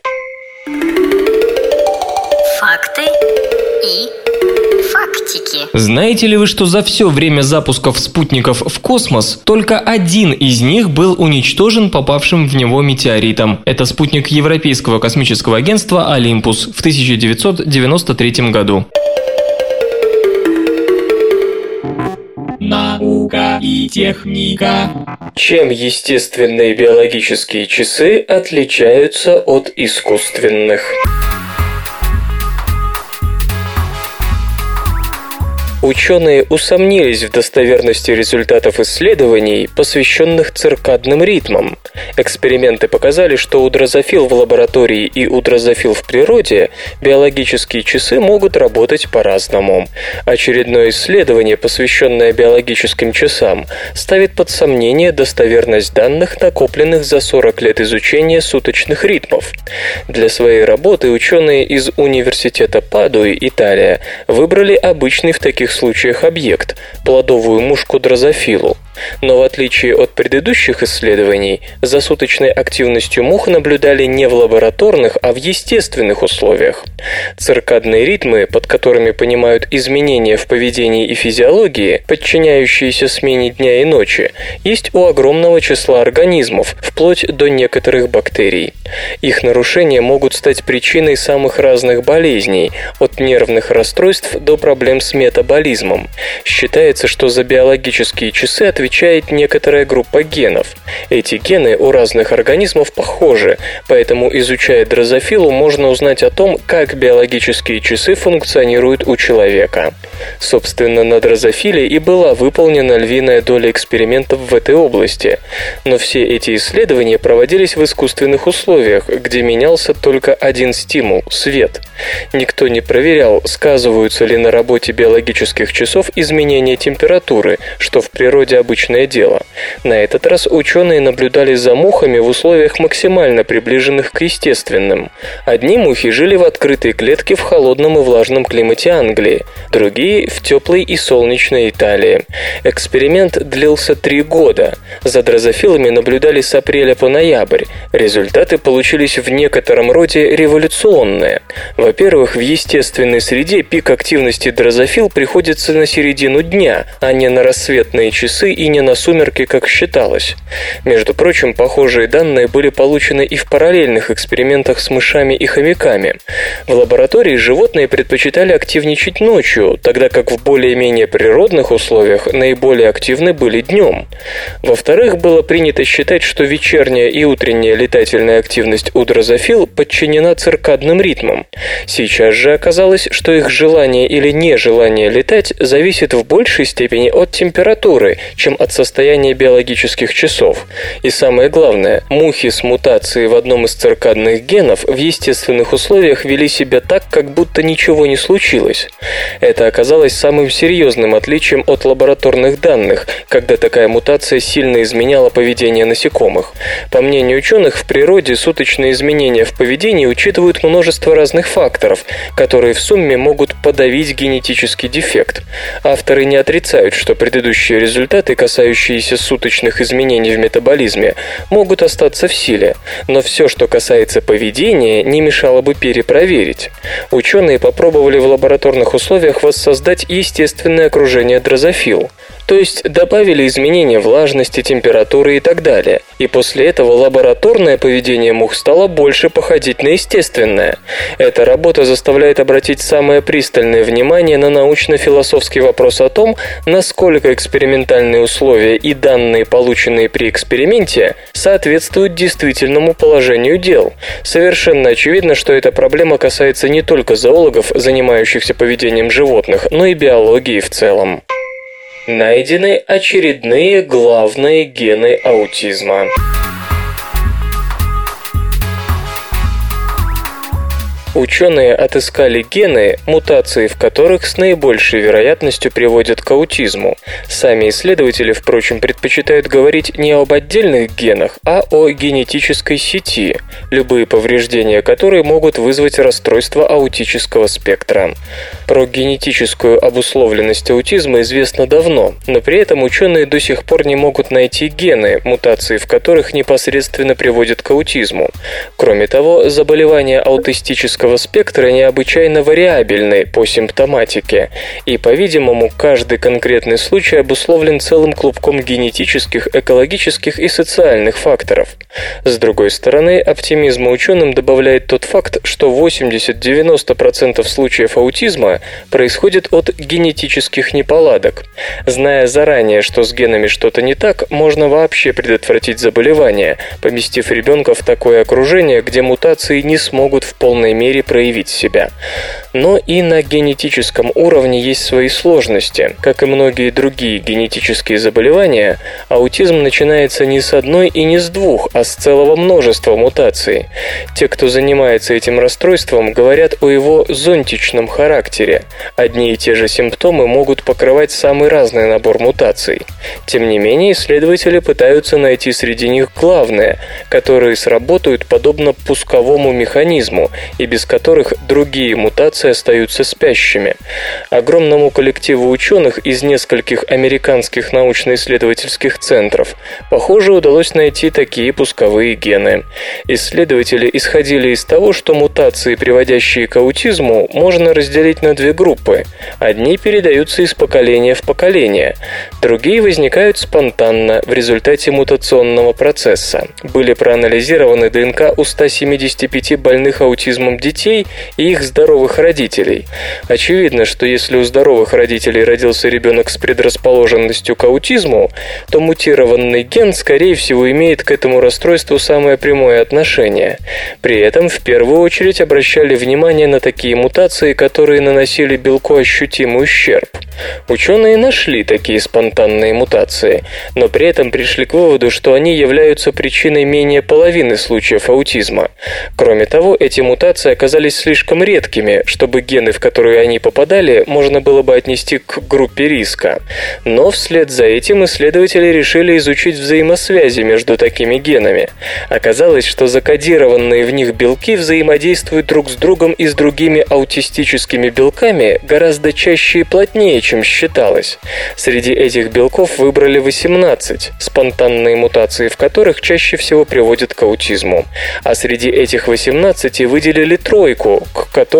Speaker 5: Факты и фактики.
Speaker 2: Знаете ли вы, что за все время запусков спутников в космос только один из них был уничтожен попавшим в него метеоритом? Это спутник Европейского космического агентства «Олимпус» в 1993 году.
Speaker 1: Наука и техника.
Speaker 3: Чем естественные биологические часы отличаются от искусственных? Ученые усомнились в достоверности результатов исследований, посвященных циркадным ритмам. Эксперименты показали, что у дрозофил в лаборатории и у дрозофил в природе биологические часы могут работать по-разному. Очередное исследование, посвященное биологическим часам, ставит под сомнение достоверность данных, накопленных за 40 лет изучения суточных ритмов. Для своей работы ученые из Университета Падуи, Италия, выбрали обычный в таких случаях объект – плодовую мушку-дрозофилу. Но в отличие от предыдущих исследований, за суточной активностью мух наблюдали не в лабораторных, а в естественных условиях. Циркадные ритмы, под которыми понимают изменения в поведении и физиологии, подчиняющиеся смене дня и ночи, есть у огромного числа организмов, вплоть до некоторых бактерий. Их нарушения могут стать причиной самых разных болезней, от нервных расстройств до проблем с метаболизмом. Считается, что за биологические часы отвечает некоторая группа генов. Эти гены у разных организмов похожи, поэтому, изучая дрозофилу, можно узнать о том, как биологические часы функционируют у человека. Собственно, на дрозофиле и была выполнена львиная доля экспериментов в этой области. Но все эти исследования проводились в искусственных условиях, где менялся только один стимул – свет. Никто не проверял, сказываются ли на работе биологических часов изменения температуры, что в природе обычное дело. На этот раз ученые наблюдали за мухами в условиях максимально приближенных к естественным. Одни мухи жили в открытой клетке в холодном и влажном климате Англии, другие – в теплой и солнечной Италии. Эксперимент длился 3 года. За дрозофилами наблюдали с апреля по ноябрь. Результаты получились в некотором роде революционные. Во-первых, в естественной среде пик активности дрозофил приходится на середину дня, а не на рассветные часы и не на сумерки, как считалось. Между прочим, похожие данные были получены и в параллельных экспериментах с мышами и хомяками. В лаборатории животные предпочитали активничать ночью, тогда тогда как в более-менее природных условиях наиболее активны были днем. Во-вторых, было принято считать, что вечерняя и утренняя летательная активность у дрозофил подчинена циркадным ритмам. Сейчас же оказалось, что их желание или нежелание летать зависит в большей степени от температуры, чем от состояния биологических часов. И самое главное, мухи с мутацией в одном из циркадных генов в естественных условиях вели себя так, как будто ничего не случилось. Это оказалось самым серьезным отличием от лабораторных данных, когда такая мутация сильно изменяла поведение насекомых. По мнению ученых, в природе суточные изменения в поведении учитывают множество разных факторов, которые в сумме могут подавить генетический дефект. Авторы не отрицают, что предыдущие результаты, касающиеся суточных изменений в метаболизме, могут остаться в силе, но все, что касается поведения, не мешало бы перепроверить. Ученые попробовали в лабораторных условиях воссоздать естественное окружение дрозофил, то есть добавили изменения влажности, температуры и так далее. И после этого лабораторное поведение мух стало больше походить на естественное. Эта работа заставляет обратить самое пристальное внимание на научно-философский вопрос о том, насколько экспериментальные условия и данные, полученные при эксперименте, соответствуют действительному положению дел. Совершенно очевидно, что эта проблема касается не только зоологов, занимающихся поведением животных, но и биологии в целом. Найдены очередные главные гены аутизма. Ученые отыскали гены, мутации в которых с наибольшей вероятностью приводят к аутизму. Сами исследователи, впрочем, предпочитают говорить не об отдельных генах, а о генетической сети, любые повреждения которой могут вызвать расстройство аутического спектра. Про генетическую обусловленность аутизма известно давно, но при этом ученые до сих пор не могут найти гены, мутации в которых непосредственно приводят к аутизму. Кроме того, заболевания аутистического спектра необычайно вариабельны по симптоматике, и, по-видимому, каждый конкретный случай обусловлен целым клубком генетических, экологических и социальных факторов. С другой стороны, оптимизма ученым добавляет тот факт, что 80-90% случаев аутизма происходит от генетических неполадок. Зная заранее, что с генами что-то не так, можно вообще предотвратить заболевание, поместив ребенка в такое окружение, где мутации не смогут в полной мере проявить себя. Но и на генетическом уровне есть свои сложности. Как и многие другие генетические заболевания, аутизм начинается не с одной и не с двух, а с целого множества мутаций. Те, кто занимается этим расстройством, говорят о его зонтичном характере. Одни и те же симптомы могут покрывать самый разный набор мутаций. Тем не менее, исследователи пытаются найти среди них главные, которые сработают подобно пусковому механизму и без которых другие мутации остаются спящими. Огромному коллективу ученых из нескольких американских научно-исследовательских центров, похоже, удалось найти такие пусковые гены. Исследователи исходили из того, что мутации, приводящие к аутизму, можно разделить на две группы. Одни передаются из поколения в поколение, другие возникают спонтанно в результате мутационного процесса. Были проанализированы ДНК у 175 больных аутизмом детей и их здоровых родителей. Очевидно, что если у здоровых родителей родился ребенок с предрасположенностью к аутизму, то мутированный ген, скорее всего, имеет к этому расстройству самое прямое отношение. При этом в первую очередь обращали внимание на такие мутации, которые наносили белку ощутимый ущерб. Ученые нашли такие спонтанные мутации, но при этом пришли к выводу, что они являются причиной менее половины случаев аутизма. Кроме того, эти мутации оказались слишком редкими, чтобы гены, в которые они попадали, можно было бы отнести к группе риска. Но вслед за этим исследователи решили изучить взаимосвязи между такими генами. Оказалось, что закодированные в них белки взаимодействуют друг с другом и с другими аутистическими белками гораздо чаще и плотнее, чем считалось. Среди этих белков выбрали 18, спонтанные мутации в которых чаще всего приводят к аутизму. А среди этих 18 выделили тройку, к которым особенно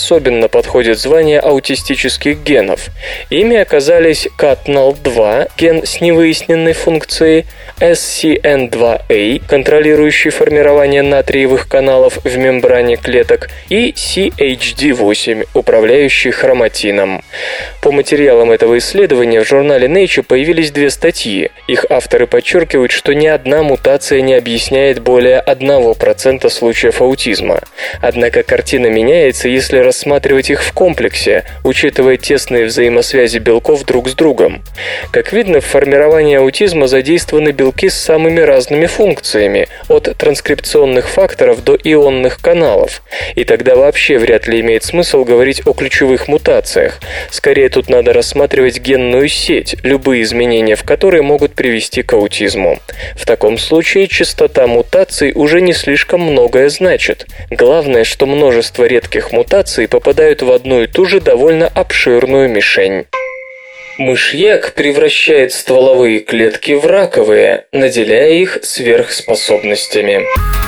Speaker 3: особенно подходит звание аутистических генов. Ими оказались CATNAL2, ген с невыясненной функцией, SCN2A, контролирующий формирование натриевых каналов в мембране клеток, и CHD8, управляющий хроматином. По материалам этого исследования в журнале Nature появились 2 статьи. Их авторы подчеркивают, что ни одна мутация не объясняет более 1% случаев аутизма. Однако картина меняется, если рассматривать их в комплексе, учитывая тесные взаимосвязи белков друг с другом. Как видно, в формировании аутизма задействованы белки с самыми разными функциями, от транскрипционных факторов до ионных каналов. И тогда вообще вряд ли имеет смысл говорить о ключевых мутациях. Скорее, тут надо рассматривать генную сеть, любые изменения в которой могут привести к аутизму. В таком случае частота мутаций уже не слишком многое значит. Главное, что множество редких мутаций попадают в одну и ту же довольно обширную мишень. Мышьяк превращает стволовые клетки в раковые, наделяя их сверхспособностями.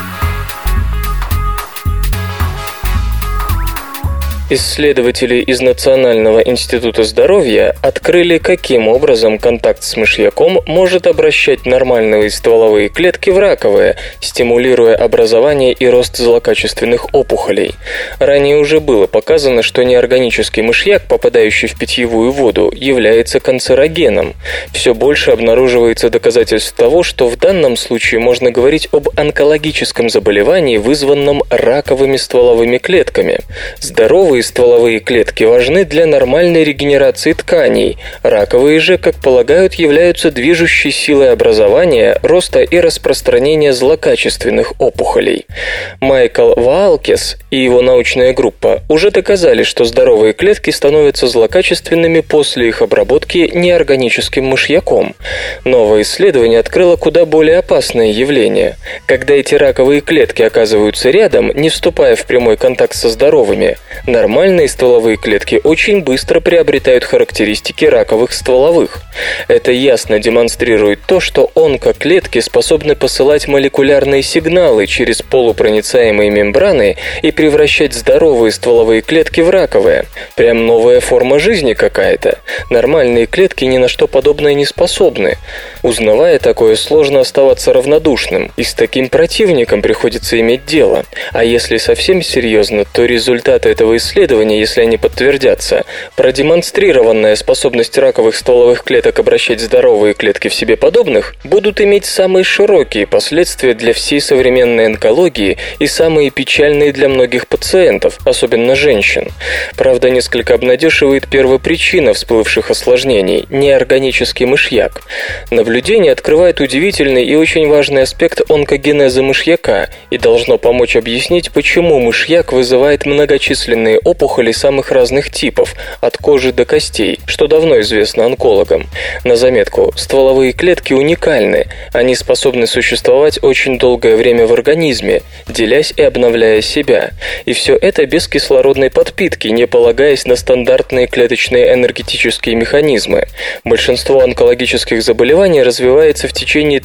Speaker 3: Исследователи из Национального института здоровья открыли, каким образом контакт с мышьяком может обращать нормальные стволовые клетки в раковые, стимулируя образование и рост злокачественных опухолей. Ранее уже было показано, что неорганический мышьяк, попадающий в питьевую воду, является канцерогеном. Все больше обнаруживается доказательств того, что в данном случае можно говорить об онкологическом заболевании, вызванном раковыми стволовыми клетками. Здоровые стволовые клетки важны для нормальной регенерации тканей. Раковые же, как полагают, являются движущей силой образования, роста и распространения злокачественных опухолей. Майкл Ваалкес и его научная группа уже доказали, что здоровые клетки становятся злокачественными после их обработки неорганическим мышьяком. Новое исследование открыло куда более опасное явление. Когда эти раковые клетки оказываются рядом, не вступая в прямой контакт со здоровыми, нормальные стволовые клетки очень быстро приобретают характеристики раковых стволовых. Это ясно демонстрирует то, что онкоклетки способны посылать молекулярные сигналы через полупроницаемые мембраны и превращать здоровые стволовые клетки в раковые. Прям новая форма жизни какая-то. Нормальные клетки ни на что подобное не способны. Узнавая такое, сложно оставаться равнодушным, и с таким противником приходится иметь дело. А если совсем серьезно, то результаты этого исследования, если они подтвердятся, продемонстрированная способность раковых стволовых клеток обращать здоровые клетки в себе подобных, будут иметь самые широкие последствия для всей современной онкологии и самые печальные для многих пациентов, особенно женщин. Правда, несколько обнадеживает первопричина всплывших осложнений – неорганический мышьяк. Наблюдение открывает удивительный и очень важный аспект онкогенеза мышьяка и должно помочь объяснить, почему мышьяк вызывает многочисленные опухоли самых разных типов, от кожи до костей, что давно известно онкологам. На заметку, стволовые клетки уникальны, они способны существовать очень долгое время в организме, делясь и обновляя себя. И все это без кислородной подпитки, не полагаясь на стандартные клеточные энергетические механизмы. Большинство онкологических заболеваний развивается в течение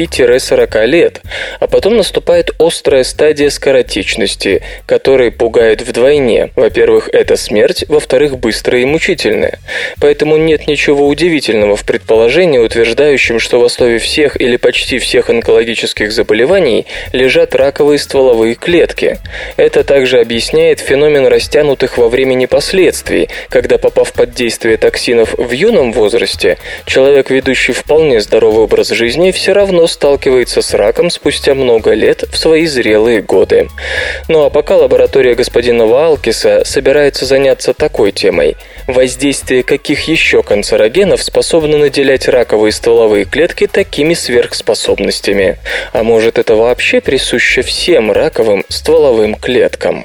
Speaker 3: 30-40 лет, а потом наступает острая стадия скоротечности, которая пугает вдвойне. Во-первых, это смерть, во-вторых, быстрая и мучительная. Поэтому нет ничего удивительного в предположении, утверждающем, что в основе всех или почти всех онкологических заболеваний лежат раковые стволовые клетки. Это также объясняет феномен растянутых во времени последствий, когда, попав под действие токсинов в юном возрасте, человек, ведущий вполне здоровый образ жизни, все равно сталкивается с раком спустя много лет в свои зрелые годы. Ну а пока лаборатория господина Ваалкеса собирается заняться такой темой. Воздействие каких еще канцерогенов способно наделять раковые стволовые клетки такими сверхспособностями? А может, это вообще присуще всем раковым стволовым клеткам?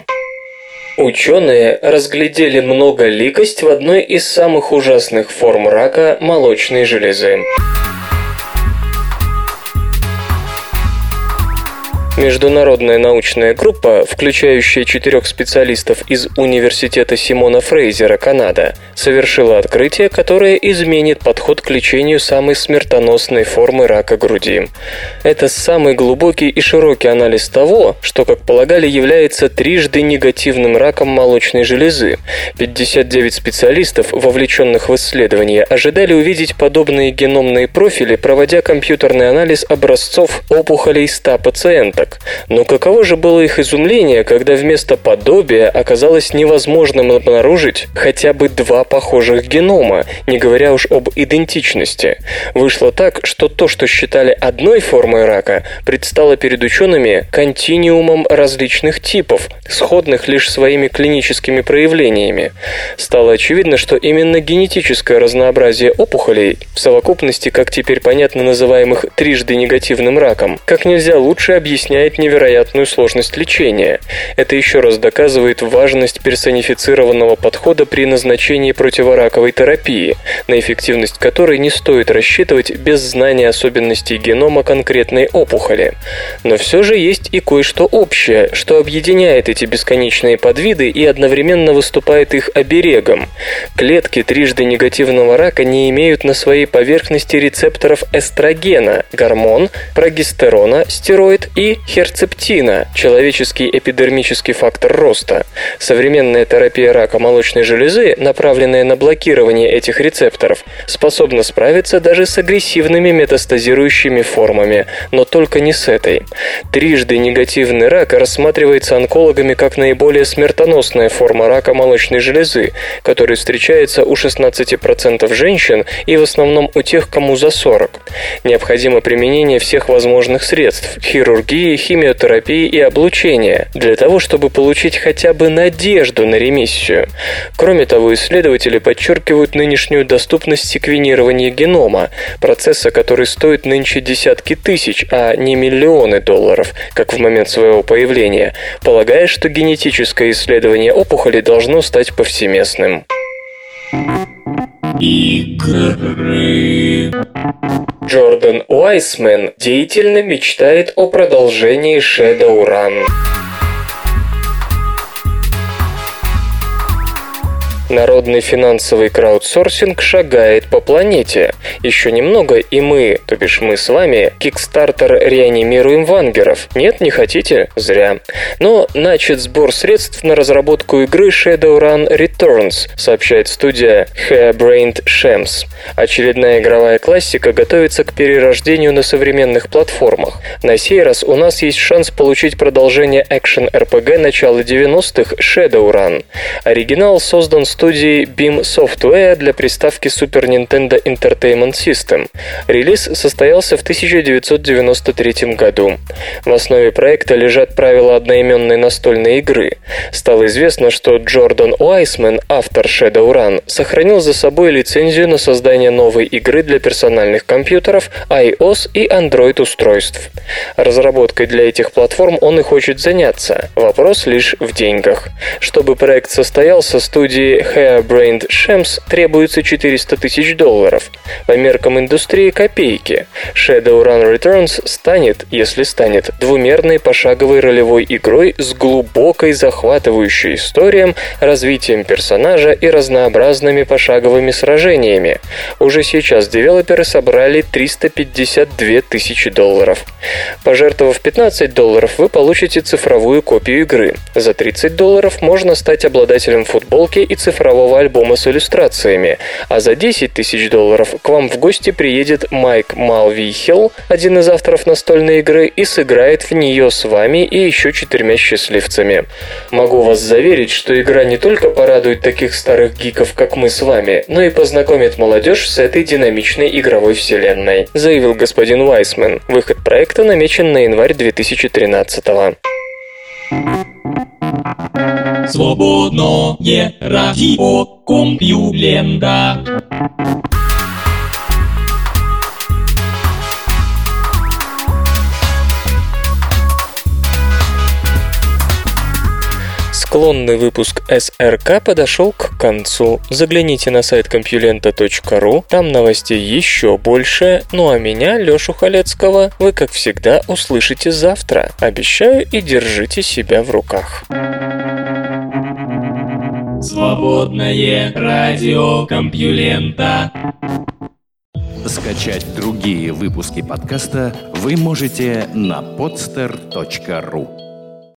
Speaker 3: Ученые разглядели многоликость в одной из самых ужасных форм рака – молочной железы. Международная научная группа, включающая 4 специалистов из Университета Симона Фрейзера, Канада, совершила открытие, которое изменит подход к лечению самой смертоносной формы рака груди. Это самый глубокий и широкий анализ того, что, как полагали, является трижды негативным раком молочной железы. 59 специалистов, вовлеченных в исследование, ожидали увидеть подобные геномные профили, проводя компьютерный анализ образцов опухолей 100 пациенток. Но каково же было их изумление, когда вместо подобия оказалось невозможным обнаружить хотя бы 2 похожих генома, не говоря уж об идентичности. Вышло так, что то, что считали одной формой рака, предстало перед учеными континиумом различных типов, сходных лишь своими клиническими проявлениями. Стало очевидно, что именно генетическое разнообразие опухолей, в совокупности, как теперь понятно, называемых трижды негативным раком, как нельзя лучше объясняет невероятную сложность лечения. Это еще раз доказывает важность персонифицированного подхода при назначении противораковой терапии, на эффективность которой не стоит рассчитывать без знания особенностей генома конкретной опухоли. Но все же есть и кое-что общее, что объединяет эти бесконечные подвиды и одновременно выступает их оберегом. Клетки трижды негативного рака не имеют на своей поверхности рецепторов эстрогена, гормон, прогестерона, стероид и херцептина, человеческий эпидермический фактор роста. Современная терапия рака молочной железы, направленная на блокирование этих рецепторов, способна справиться даже с агрессивными метастазирующими формами, но только не с этой. Трижды негативный рак рассматривается онкологами как наиболее смертоносная форма рака молочной железы, который встречается у 16% женщин и в основном у тех, кому за 40. Необходимо применение всех возможных средств – хирургии, химиотерапии и облучения, для того, чтобы получить хотя бы надежду на ремиссию. Кроме того, исследователи подчеркивают нынешнюю доступность секвенирования генома, процесса, который стоит нынче десятки тысяч, а не миллионы $, как в момент своего появления, полагая, что генетическое исследование опухоли должно стать повсеместным.
Speaker 1: Игры.
Speaker 3: Джордан Уайсман деятельно мечтает о продолжении Shadowrun. Народный финансовый краудсорсинг шагает по планете. Еще немного, и мы, то бишь мы с вами, Kickstarter реанимируем вангеров. Нет, не хотите? Зря. Но начат сбор средств на разработку игры Shadowrun Returns, сообщает студия Harebrained Schemes. Очередная игровая классика готовится к перерождению на современных платформах. На сей раз у нас есть шанс получить продолжение экшен-РПГ начала 90-х Shadowrun. Оригинал создан студией Beam Software для приставки Super Nintendo Entertainment System. Релиз состоялся в 1993 году. В основе проекта лежат правила одноименной настольной игры. Стало известно, что Джордан Уайсман, автор Shadowrun, сохранил за собой лицензию на создание новой игры для персональных компьютеров, iOS и Android устройств. Разработкой для этих платформ он и хочет заняться. Вопрос лишь в деньгах. Чтобы проект состоялся, студии Harebrained Schemes требуется $400 тысяч. По меркам индустрии копейки. Shadowrun Returns станет, если станет, двумерной пошаговой ролевой игрой с глубокой захватывающей историей, развитием персонажа и разнообразными пошаговыми сражениями. Уже сейчас девелоперы собрали $352 тысячи. Пожертвовав $15, вы получите цифровую копию игры. За $30 можно стать обладателем футболки и цифрового альбома с иллюстрациями, а за $10 тысяч к вам в гости приедет Майк Малвихел, один из авторов настольной игры, и сыграет в нее с вами и еще 4 счастливцами. Могу вас заверить, что игра не только порадует таких старых гиков, как мы с вами, но и познакомит молодежь с этой динамичной игровой вселенной, заявил господин Уайсман. Выход проекта намечен на январь 2013 года.
Speaker 1: Свободное радио Компьюлента.
Speaker 3: Благосклонный выпуск СРК подошел к концу. Загляните на сайт compulenta.ru, там новостей еще больше. Ну а меня, Лешу Халецкого, вы, как всегда, услышите завтра. Обещаю, и держите себя в руках.
Speaker 1: Свободное радио Компьюлента.
Speaker 6: Скачать другие выпуски подкаста вы можете на podster.ru.